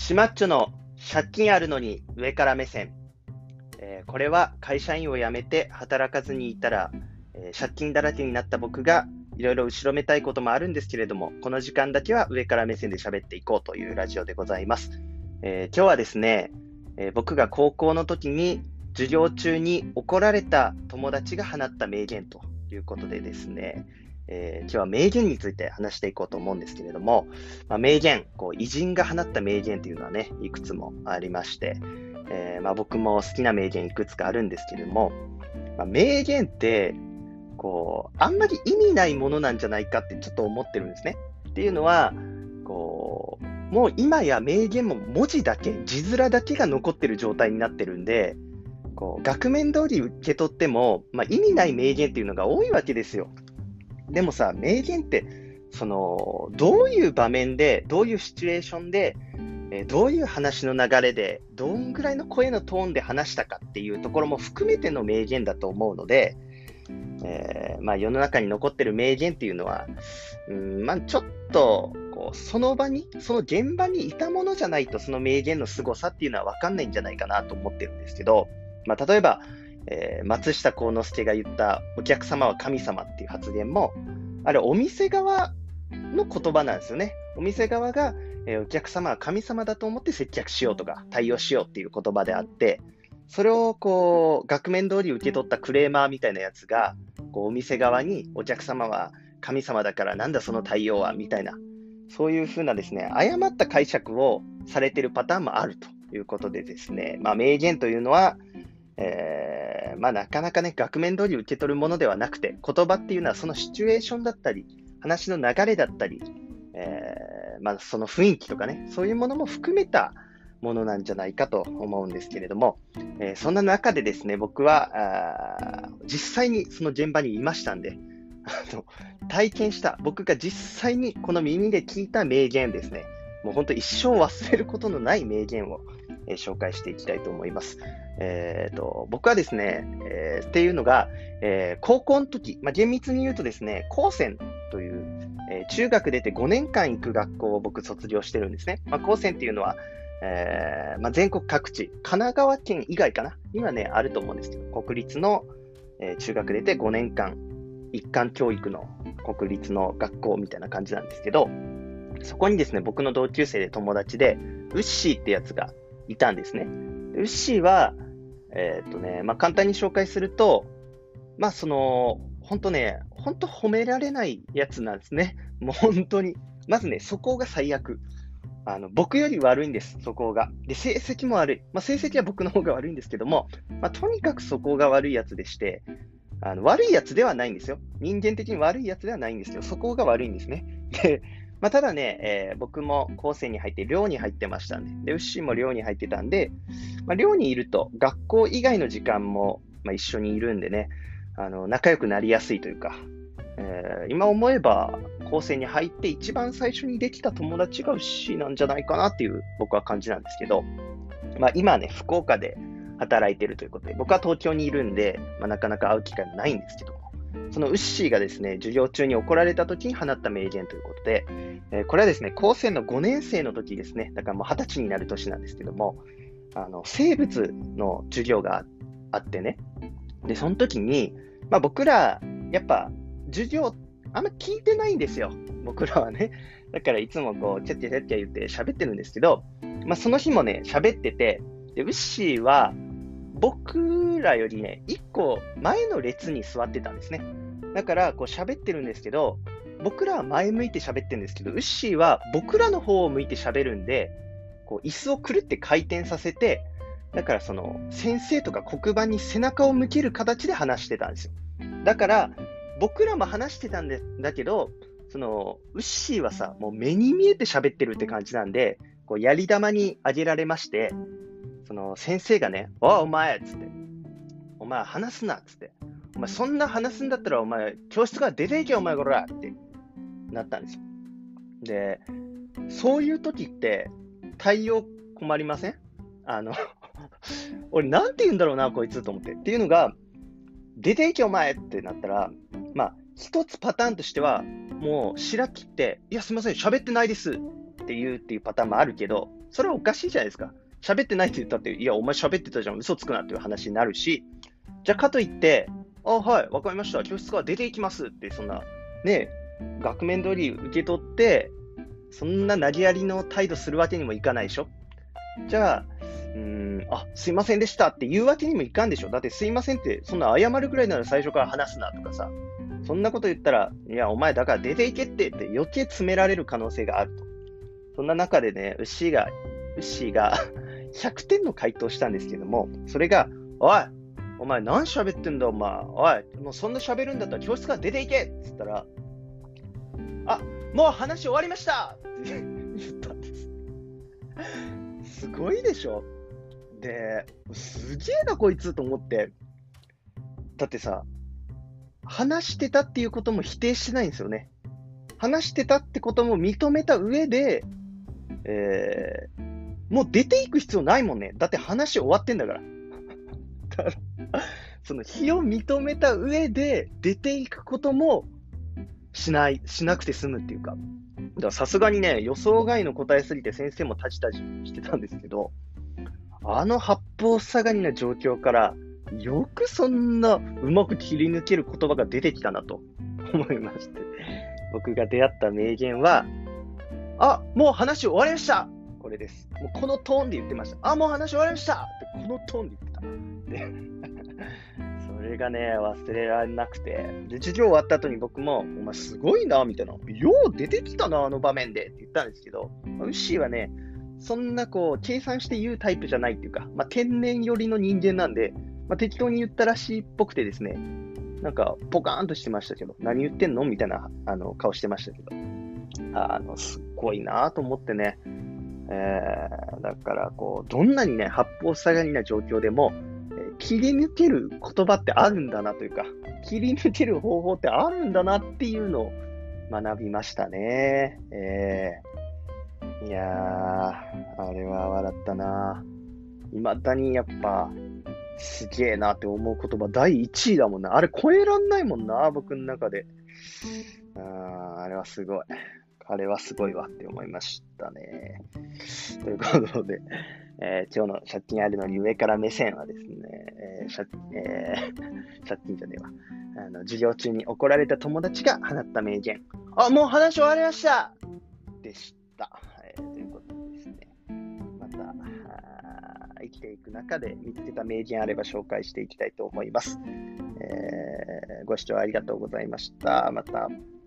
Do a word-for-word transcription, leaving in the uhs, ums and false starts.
シマッチョの借金あるのに上から目線。えーこれは会社員を辞めて働かずにいたら、えー借金だらけになった僕がいろいろ後ろめたいこともあるんですけれども、この時間だけは上から目線で喋っていこうというラジオでございます。えー今日はですね、えー僕が高校の時に授業中に怒られた友達が放った名言ということでですね、えー今日は名言について話していこうと思うんですけれども、まあ、名言、こう偉人が放った名言というのはね、いくつもありまして、えーまあ、僕も好きな名言いくつかあるんですけれども、まあ、名言ってこうあんまり意味ないものなんじゃないかってちょっと思ってるんですね。っていうのは、こうもう今や名言も文字だけ、字面だけが残ってる状態になってるんで、こう額面通り受け取っても、まあ、意味ない名言っていうのが多いわけですよ。でもさ、名言って、その、どういう場面で、どういうシチュエーションで、えーどういう話の流れで、どんぐらいの声のトーンで話したかっていうところも含めての名言だと思うので、えーまあ、世の中に残ってる名言っていうのは、うんまあ、ちょっとこうその場に、その現場にいたものじゃないと、その名言の凄さっていうのは分かんないんじゃないかなと思ってるんですけど、まあ、例えば、えー松下幸之助が言ったお客様は神様っていう発言も、あれお店側の言葉なんですよね。お店側が、えーお客様は神様だと思って接客しようとか対応しようっていう言葉であって、それをこう額面通り受け取ったクレーマーみたいなやつが、こうお店側にお客様は神様だからなんだその対応はみたいな、そういうふうなですね、誤った解釈をされているパターンもあるということでですね、まあ、名言というのは、えーまあ、なかなかね、額面通り受け取るものではなくて、言葉っていうのはそのシチュエーションだったり、話の流れだったり、えーまあ、その雰囲気とかね、そういうものも含めたものなんじゃないかと思うんですけれども、えーそんな中でですね、僕はあー実際にその現場にいましたんで、あの体験した、僕が実際にこの耳で聞いた名言ですね、もう本当一生忘れることのない名言を、えー紹介していきたいと思います。えーと僕はですね、えーっていうのが、えー高校の時、まあ、厳密に言うとですね、高専という、えー中学出てごねんかん行く学校を僕卒業してるんですね。まあ、高専っていうのは、えーまあ、全国各地、神奈川県以外かな、今ね、あると思うんですけど、国立の、えー中学出てごねんかん、一貫教育の国立の学校みたいな感じなんですけど、そこにですね、僕の同級生で友達で、ウッシーってやつがいたんですね。ウッシーは、えーっとね、まあ、簡単に紹介すると、まあ、その、本当ね、本当褒められないやつなんですね。もう本当に。まずね、素行が最悪。あの、僕より悪いんです、素行が。で、成績も悪い。まあ、成績は僕の方が悪いんですけども、まあ、とにかく素行が悪いやつでして、あの、悪いやつではないんですよ。人間的に悪いやつではないんですけど、素行が悪いんですね。で、まあ、ただね、えー僕も高専に入って寮に入ってましたんで、で、ウッシーも寮に入ってたんで、まあ、寮にいると学校以外の時間も、まあ、一緒にいるんでね、あの、仲良くなりやすいというか、えー今思えば、高専に入って一番最初にできた友達がウッシーなんじゃないかなっていう僕は感じなんですけど、まあ、今ね、福岡で働いてるということで、僕は東京にいるんで、まあ、なかなか会う機会もないんですけども、そのウッシーがですね、授業中に怒られた時に放った名言ということで、えーこれはですね、高専のごねん生の時ですね、だからもうはたちになる年なんですけども、あの生物の授業があってね、で、その時に、まあ、僕ら、やっぱ、授業、あんま聞いてないんですよ。僕らはね。だからいつもこう、キャッキャキャッキャ言って喋ってるんですけど、まあ、その日もね、喋ってて、で、ウッシーは、僕らよりね、一個前の列に座ってたんですね。だから、こう喋ってるんですけど、僕らは前向いて喋ってるんですけど、ウッシーは僕らの方を向いて喋るんで、こう椅子をくるって回転させて、だからその先生とか黒板に背中を向ける形で話してたんですよ。だから僕らも話してたんでだけど、そのウッシーはさ、もう目に見えて喋ってるって感じなんで、こうやり玉にあげられまして、その先生がね、おいお前っつって、お前話すなっつって、お前そんな話すんだったらお前教室から出ていけお前こらってなったんですよ。で、そういう時って対応困りません？あの俺なんて言うんだろうなこいつと思って。っていうのが、出ていけお前ってなったら、まあ一つパターンとしては、もう白切って、いやすみません喋ってないですって言うっていうパターンもあるけど、 それはおかしいじゃないですか。喋ってないって言ったって、いや、お前喋ってたじゃん、嘘つくなっていう話になるし、じゃあかといって、あ、はい、わかりました、教室から出ていきますって、そんな、ね、額面通り受け取って、そんな投げやりの態度するわけにもいかないでしょ。じゃあ、うーん、あ、すいませんでしたって言うわけにもいかんでしょ。だってすいませんって、そんな謝るぐらいなら最初から話すなとかさ、そんなこと言ったら、いや、お前だから出ていけってって余計詰められる可能性があると。そんな中でね、ウッシーが、ウッシーがひゃくてんの回答したんですけども、それが、おい、お前何喋ってんだお前、おい、もうそんな喋るんだったら教室から出ていけっつったら、あ、もう話終わりましたって言ったんです。すごいでしょ。で、すげえなこいつと思って。だってさ、話してたっていうことも否定してないんですよね。話してたってことも認めた上で、えー、もう出ていく必要ないもんね。だって話終わってんだから。だからその非を認めた上で出ていくこともしない、しなくて済むっていうか。だからさすがにね、予想外の答えすぎて先生もタジタジしてたんですけど、あの八方塞がりな状況から、よくそんなうまく切り抜ける言葉が出てきたなと思いまして。僕が出会った名言は、あ、もう話終わりましたこれです。もうこのトーンで言ってました。あ、もう話終わりましたってこのトーンで言ってた。でそれがね、忘れられなくて。で、授業終わった後に僕も、お前すごいな、みたいな。よう出てきたな、あの場面でって言ったんですけど、ウッシーはね、そんなこう、計算して言うタイプじゃないっていうか、まあ、天然寄りの人間なんで、まあ、適当に言ったらしいっぽくてですね、なんか、ポカーンとしてましたけど、何言ってんのみたいなあの顔してましたけど、あの、すっごいなと思ってね、えー、だから、こう、どんなにね、八方塞がりな状況でも、えー切り抜ける言葉ってあるんだなというか、切り抜ける方法ってあるんだなっていうのを学びましたね。えー、いやー、あれは笑ったな。未だにやっぱ、すげえなって思う言葉だいいちいだもんな。あれ超えらんないもんな、僕の中で。あー、あれはすごい。あれはすごいわって思いましたね。ということで、えー今日の借金あるのに上から目線はですね、えー借えー借金じゃねえわ。あの、授業中に怒られた友達が放った名言。あ、もう話終わりましたでした。えーということでですね、また、あー生きていく中で見つけた名言あれば紹介していきたいと思います。えーご視聴ありがとうございました。また。